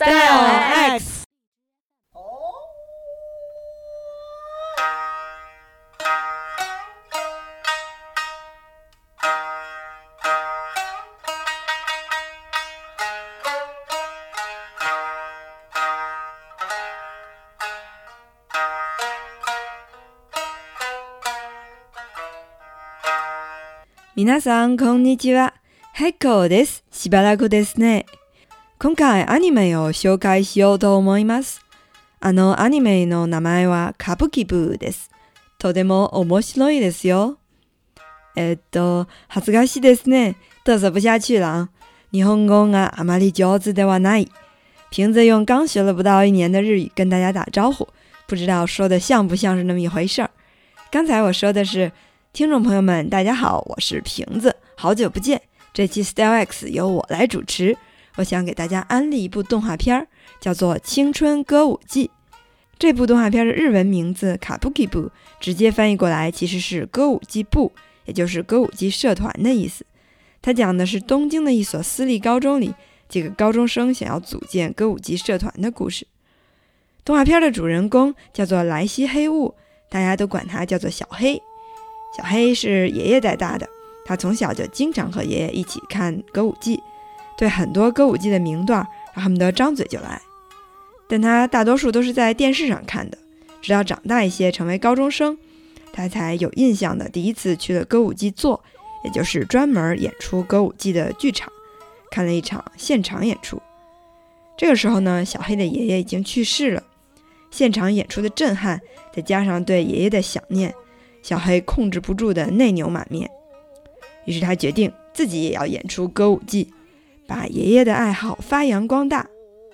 Style X。 皆さんこんにちは。ヘッコーです。しばらくですね。今回アニメを紹介しようと思います。アニメの名前は歌舞伎部です。とても面白いですよ。恥ずかしいですね。嘚瑟不下去了。日本語があまり上手ではない。瓶子用刚学了不到1年的日语跟大家打招呼，不知道说的像不像是那么一回事儿。刚才我说的是听众朋友们大家好，我是瓶子，好久不见。这期 Style X 由我来主持，我想给大家安利一部动画片，叫做《青春歌舞伎》。这部动画片的日文名字卡布基部，直接翻译过来其实是歌舞伎部，也就是歌舞伎社团的意思。它讲的是东京的一所私立高中里，几个高中生想要组建歌舞伎社团的故事。动画片的主人公叫做莱西黑雾，大家都管他叫做小黑。小黑是爷爷带大的，他从小就经常和爷爷一起看歌舞伎，对很多歌舞伎的名段他恨不得张嘴就来。但他大多数都是在电视上看的，直到长大一些成为高中生，他才有印象的第一次去了歌舞伎座，也就是专门演出歌舞伎的剧场，看了一场现场演出。这个时候呢，小黑的爷爷已经去世了，现场演出的震撼再加上对爷爷的想念，小黑控制不住的内牛满面，于是他决定自己也要演出歌舞伎，把爷爷的爱好发扬光大。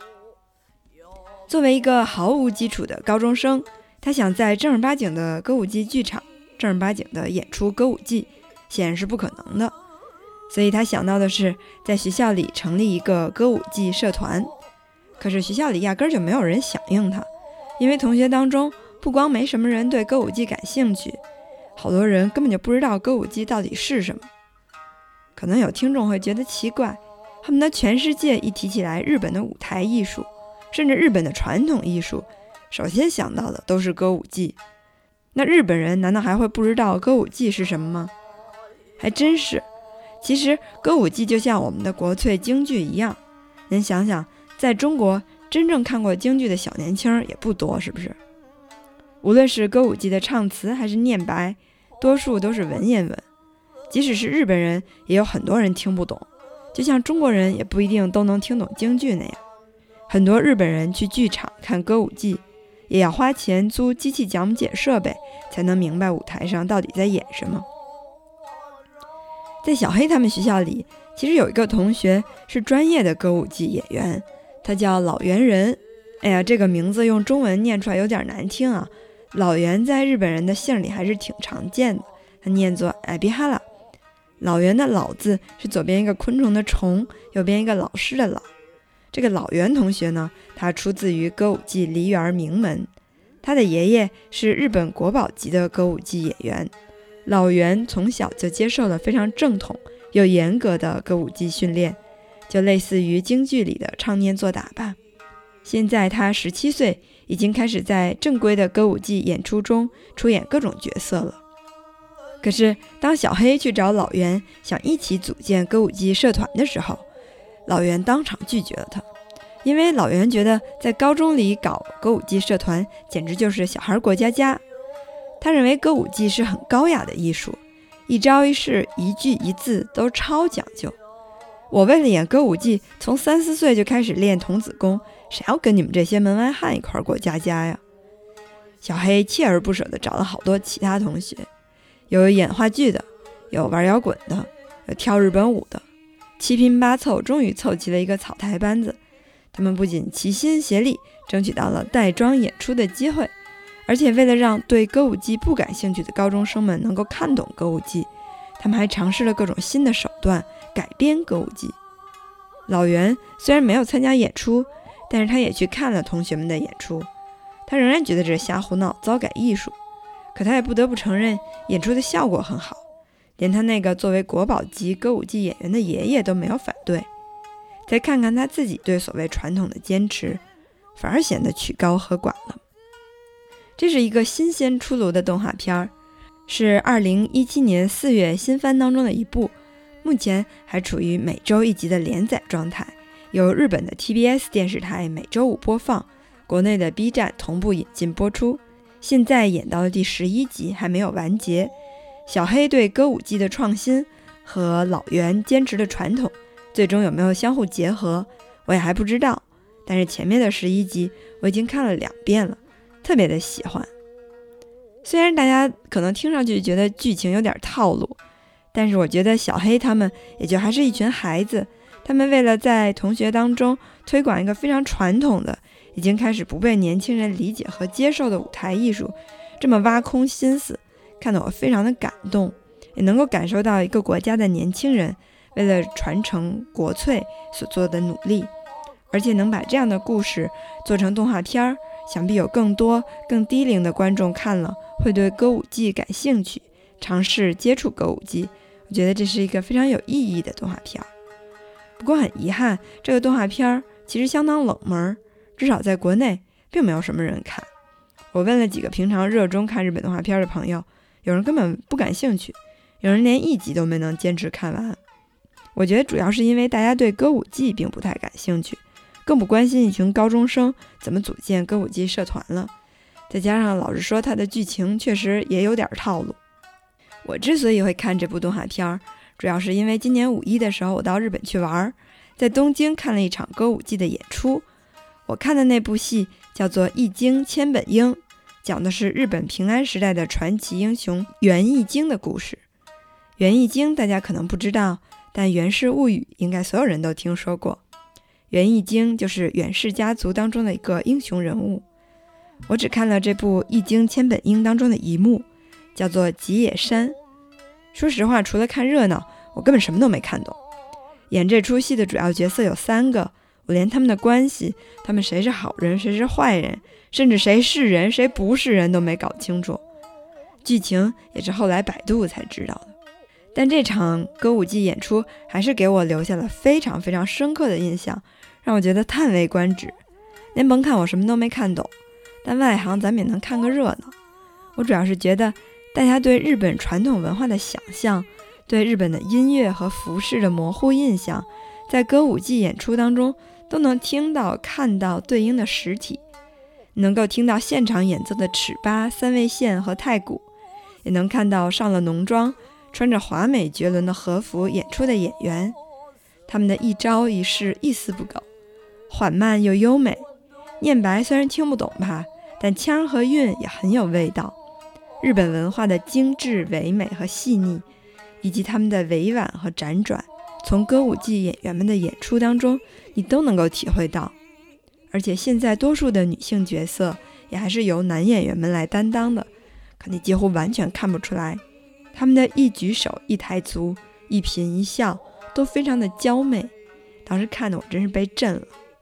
作为一个毫无基础的高中生，他想在正儿八经的歌舞伎剧场正儿八经的演出歌舞伎，显然是不可能的，所以他想到的是在学校里成立一个歌舞伎社团。可是学校里压根就没有人响应他，因为同学当中不光没什么人对歌舞伎感兴趣，好多人根本就不知道歌舞伎到底是什么。可能有听众会觉得奇怪，恨不得全世界一提起来日本的舞台艺术，甚至日本的传统艺术，首先想到的都是歌舞伎。那日本人难道还会不知道歌舞伎是什么吗？还真是。其实歌舞伎就像我们的国粹京剧一样，您想想，在中国真正看过京剧的小年轻也不多，是不是？无论是歌舞伎的唱词还是念白，多数都是文言文，即使是日本人也有很多人听不懂，就像中国人也不一定都能听懂京剧那样。很多日本人去剧场看歌舞伎，也要花钱租机器讲解设备，才能明白舞台上到底在演什么。在小黑他们学校里，其实有一个同学是专业的歌舞伎演员，他叫老猿人。哎呀，这个名字用中文念出来有点难听啊。老猿在日本人的姓里还是挺常见的，它念作艾比哈拉。老猿的老字是左边一个昆虫的虫，右边一个老师的老。这个老猿同学呢，他出自于歌舞伎梨园名门，他的爷爷是日本国宝级的歌舞伎演员。老猿从小就接受了非常正统又严格的歌舞伎训练，就类似于京剧里的唱念做打吧。现在他17岁，已经开始在正规的歌舞伎演出中出演各种角色了。可是当小黑去找老袁想一起组建歌舞伎社团的时候，老袁当场拒绝了他，因为老袁觉得在高中里搞歌舞伎社团简直就是小孩过家家。他认为歌舞伎是很高雅的艺术，一招一式一句一字都超讲究。我为了演歌舞伎，从3、4岁就开始练童子功，谁要跟你们这些门外汉一块过家家呀？小黑锲而不舍地找了好多其他同学，有演话剧的，有玩摇滚的，有跳日本舞的，七拼八凑终于凑齐了一个草台班子。他们不仅齐心协力争取到了带妆演出的机会，而且为了让对歌舞伎不感兴趣的高中生们能够看懂歌舞伎，他们还尝试了各种新的手段改编歌舞伎。老袁虽然没有参加演出，但是他也去看了同学们的演出，他仍然觉得这是瞎胡闹，糟改艺术。可他也不得不承认，演出的效果很好，连他那个作为国宝级歌舞伎演员的爷爷都没有反对。 再看看他自己对所谓传统的坚持，反而显得曲高和寡了。这是一个新鲜出炉的动画片，是2017年4月新番当中的一部，目前还处于每周1集的连载状态，由日本的 TBS 电视台每周5播放，国内的 B 站同步引进播出。现在演到了第11集，还没有完结。小黑对歌舞伎的创新和老袁坚持的传统最终有没有相互结合，我也还不知道。但是前面的11集我已经看了2遍了，特别的喜欢。虽然大家可能听上去觉得剧情有点套路，但是我觉得小黑他们也就还是一群孩子，他们为了在同学当中推广一个非常传统的已经开始不被年轻人理解和接受的舞台艺术，这么挖空心思，看得我非常的感动，也能够感受到一个国家的年轻人为了传承国粹所做的努力。而且能把这样的故事做成动画片，想必有更多更低龄的观众看了会对歌舞伎感兴趣，尝试接触歌舞伎。我觉得这是一个非常有意义的动画片。不过很遗憾，这个动画片其实相当冷门，至少在国内并没有什么人看。我问了几个平常热衷看日本动画片的朋友，有人根本不感兴趣，有人连1集都没能坚持看完。我觉得主要是因为大家对歌舞伎并不太感兴趣，更不关心一群高中生怎么组建歌舞伎社团了。再加上老实说，它的剧情确实也有点套路。我之所以会看这部动画片，主要是因为今年5一的时候我到日本去玩，在东京看了一场歌舞伎的演出。我看的那部戏叫做《义经千本樱》，讲的是日本平安时代的传奇英雄源义经的故事。源义经大家可能不知道，但源氏物语应该所有人都听说过。源义经就是源氏家族当中的一个英雄人物。我只看了这部《义经千本樱》当中的一幕，叫做吉野山。说实话，除了看热闹，我根本什么都没看懂。演这出戏的主要角色有3个，我连他们的关系，他们谁是好人谁是坏人，甚至谁是人谁不是人都没搞清楚。剧情也是后来百度才知道的。但这场歌舞伎演出还是给我留下了非常非常深刻的印象，让我觉得叹为观止。连甭看我什么都没看懂，但外行咱们也能看个热闹。我主要是觉得大家对日本传统文化的想象，对日本的音乐和服饰的模糊印象，在歌舞伎演出当中都能听到看到对应的实体，能够听到现场演奏的尺八、三味线和太鼓，也能看到上了浓妆穿着华美绝伦的和服演出的演员，他们的一招一式一丝不苟，缓慢又优美。念白虽然听不懂吧，但腔和韵也很有味道。日本文化的精致唯美和细腻，以及他们的委婉和辗转，从歌舞伎演员们的演出当中你都能够体会到。而且现在多数的女性角色也还是由男演员们来担当的，可你几乎完全看不出来，他们的一举手一抬足一颦一笑都非常的娇媚，当时看得我真是被震了。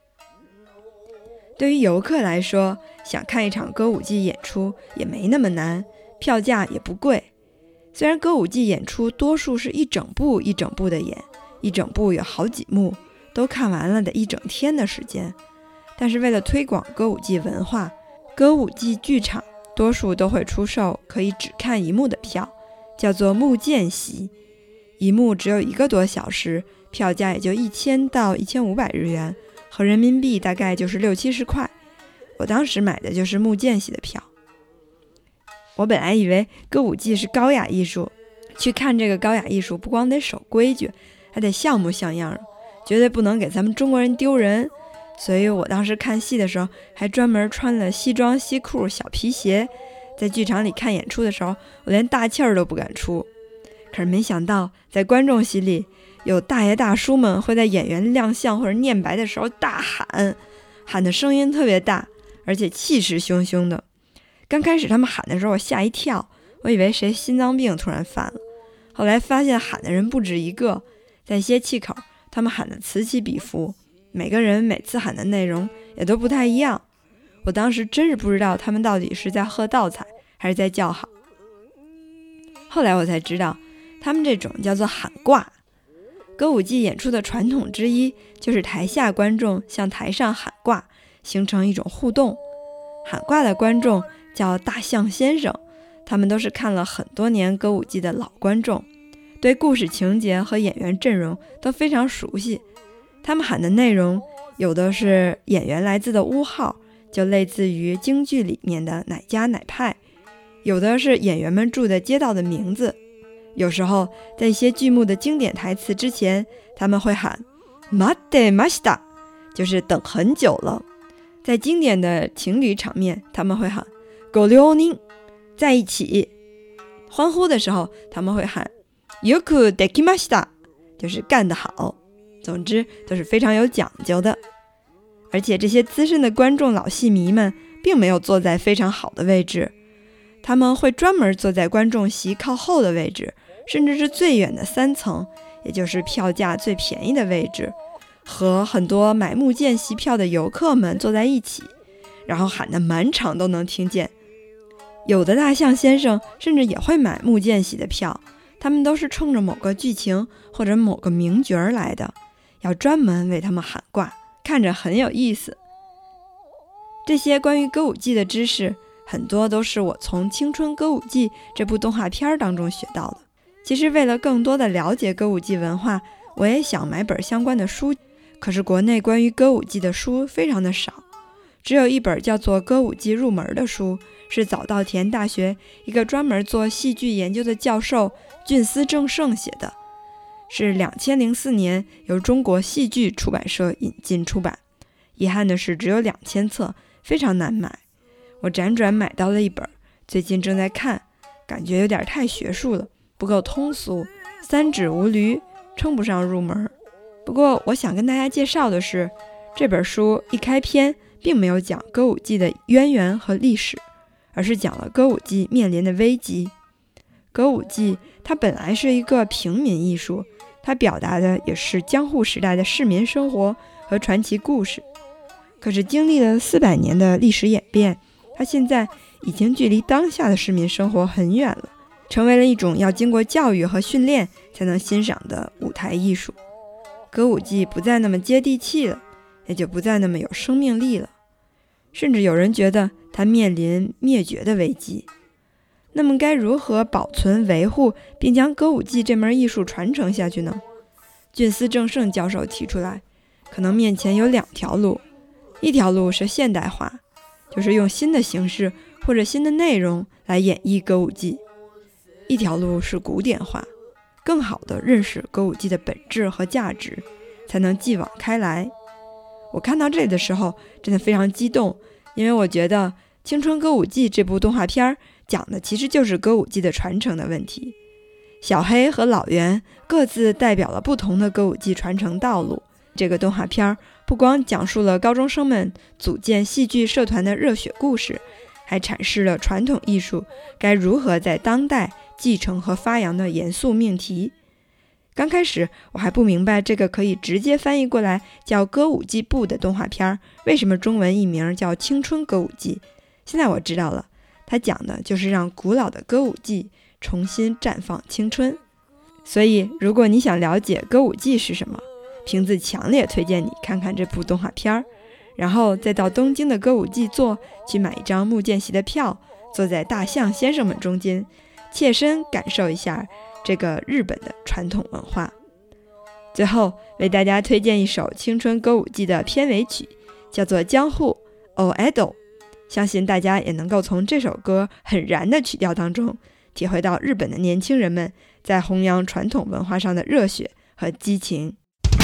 对于游客来说，想看一场歌舞伎演出也没那么难，票价也不贵。虽然歌舞伎演出多数是一整部一整部的演，一整部有好几幕，都看完了得1整天的时间，但是为了推广歌舞伎文化，歌舞伎剧场多数都会出售可以只看1幕的票，叫做幕见席。1幕只有1个多小时，票价也就1000到1500日元，和人民币大概就是60-70块。我当时买的就是幕见席的票。我本来以为歌舞伎是高雅艺术，去看这个高雅艺术不光得守规矩，还得像模像样，绝对不能给咱们中国人丢人。所以我当时看戏的时候还专门穿了西装西裤小皮鞋，在剧场里看演出的时候我连大气儿都不敢出。可是没想到在观众席里，有大爷大叔们会在演员亮相或者念白的时候大喊，喊的声音特别大，而且气势汹汹的。刚开始他们喊的时候我吓一跳，我以为谁心脏病突然犯了，后来发现喊的人不止一个，在歇气口他们喊的此起彼伏，每个人每次喊的内容也都不太一样。我当时真是不知道他们到底是在喝倒彩还是在叫好。后来我才知道他们这种叫做喊挂， 歌舞伎演出的传统之一就是台下观众向台上喊卦，形成一种互动。喊卦的观众叫大象先生，他们都是看了很多年歌舞伎的老观众，对故事情节和演员阵容都非常熟悉。他们喊的内容有的是演员来自的屋号，就类似于京剧里面的哪家哪派，有的是演员们住的街道的名字，有时候在一些剧目的经典台词之前，他们会喊待ってました，就是等很久了。在经典的情侣场面，他们会喊ご両人，在一起。欢呼的时候，他们会喊よくできました，就是干得好。总之都是非常有讲究的。而且这些资深的观众老戏迷们并没有坐在非常好的位置，他们会专门坐在观众席靠后的位置，甚至是最远的3层，也就是票价最便宜的位置，和很多买木剑席票的游客们坐在一起，然后喊得满场都能听见。有的大象先生甚至也会买木剑席的票，他们都是冲着某个剧情或者某个名角来的，要专门为他们喊卦，看着很有意思。这些关于歌舞伎的知识，很多都是我从《青春歌舞伎》这部动画片当中学到的。其实为了更多的了解歌舞伎文化，我也想买本相关的书，可是国内关于歌舞伎的书非常的少，只有一本叫做《歌舞伎入门》的书，是早稻田大学一个专门做戏剧研究的教授俊司正胜写的，是2004年由中国戏剧出版社引进出版。遗憾的是只有2000册，非常难买。我辗转买到了一本，最近正在看，感觉有点太学术了，不够通俗，三指无驴，称不上入门。不过我想跟大家介绍的是，这本书一开篇并没有讲歌舞伎的渊源和历史，而是讲了歌舞伎面临的危机。歌舞伎它本来是一个平民艺术，它表达的也是江户时代的市民生活和传奇故事。可是经历了400年的历史演变，它现在已经距离当下的市民生活很远了，成为了一种要经过教育和训练才能欣赏的舞台艺术。歌舞伎不再那么接地气了，也就不再那么有生命力了，甚至有人觉得它面临灭绝的危机。那么该如何保存维护并将歌舞伎这门艺术传承下去呢？俊司正胜教授提出来，可能面前有2条路。一条路是现代化，就是用新的形式或者新的内容来演绎歌舞伎；一条路是古典化，更好地认识歌舞伎的本质和价值，才能继往开来。我看到这里的时候真的非常激动，因为我觉得《青春歌舞伎》这部动画片讲的其实就是歌舞伎的传承的问题。小黑和老袁各自代表了不同的歌舞伎传承道路。这个动画片不光讲述了高中生们组建戏剧社团的热血故事，还阐释了传统艺术该如何在当代继承和发扬的严肃命题。刚开始我还不明白这个可以直接翻译过来叫歌舞伎部的动画片为什么中文译名叫青春歌舞伎。现在我知道了，它讲的就是让古老的歌舞伎重新绽放青春。所以如果你想了解歌舞伎是什么，瓶子强烈推荐你看看这部动画片，然后再到东京的歌舞伎座去买一张木剑席的票，坐在大象先生们中间，切身感受一下这个日本的传统文化。最后为大家推荐一首青春歌舞伎的片尾曲，叫做江户 O Edo， 相信大家也能够从这首歌很燃的曲调当中体会到日本的年轻人们在弘扬传统文化上的热血和激情。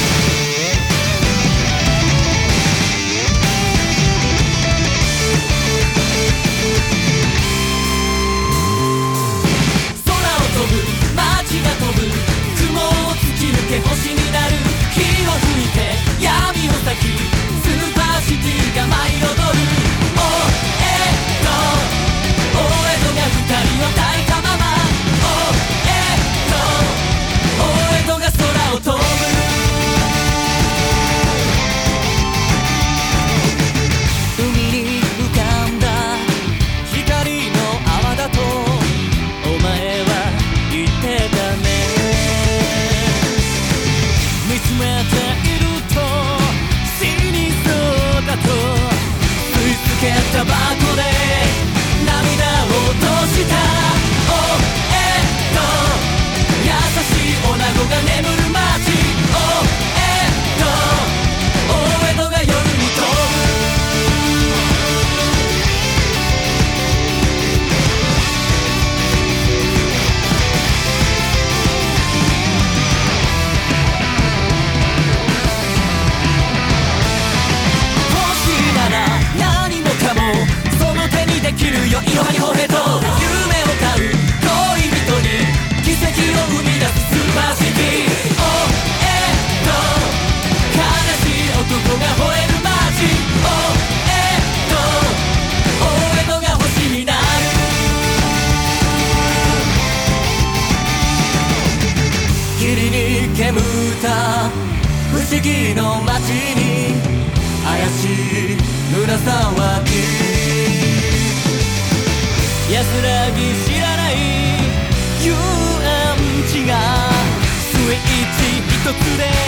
星になる火を吹いて闇を裂きスーパーシティが舞い踊るおえどおえどが光を焚いたままおえどおえどが空を飛ぶ木の街に怪しい胸騒ぎ安らぎ知らない遊園地がスイッチ一つで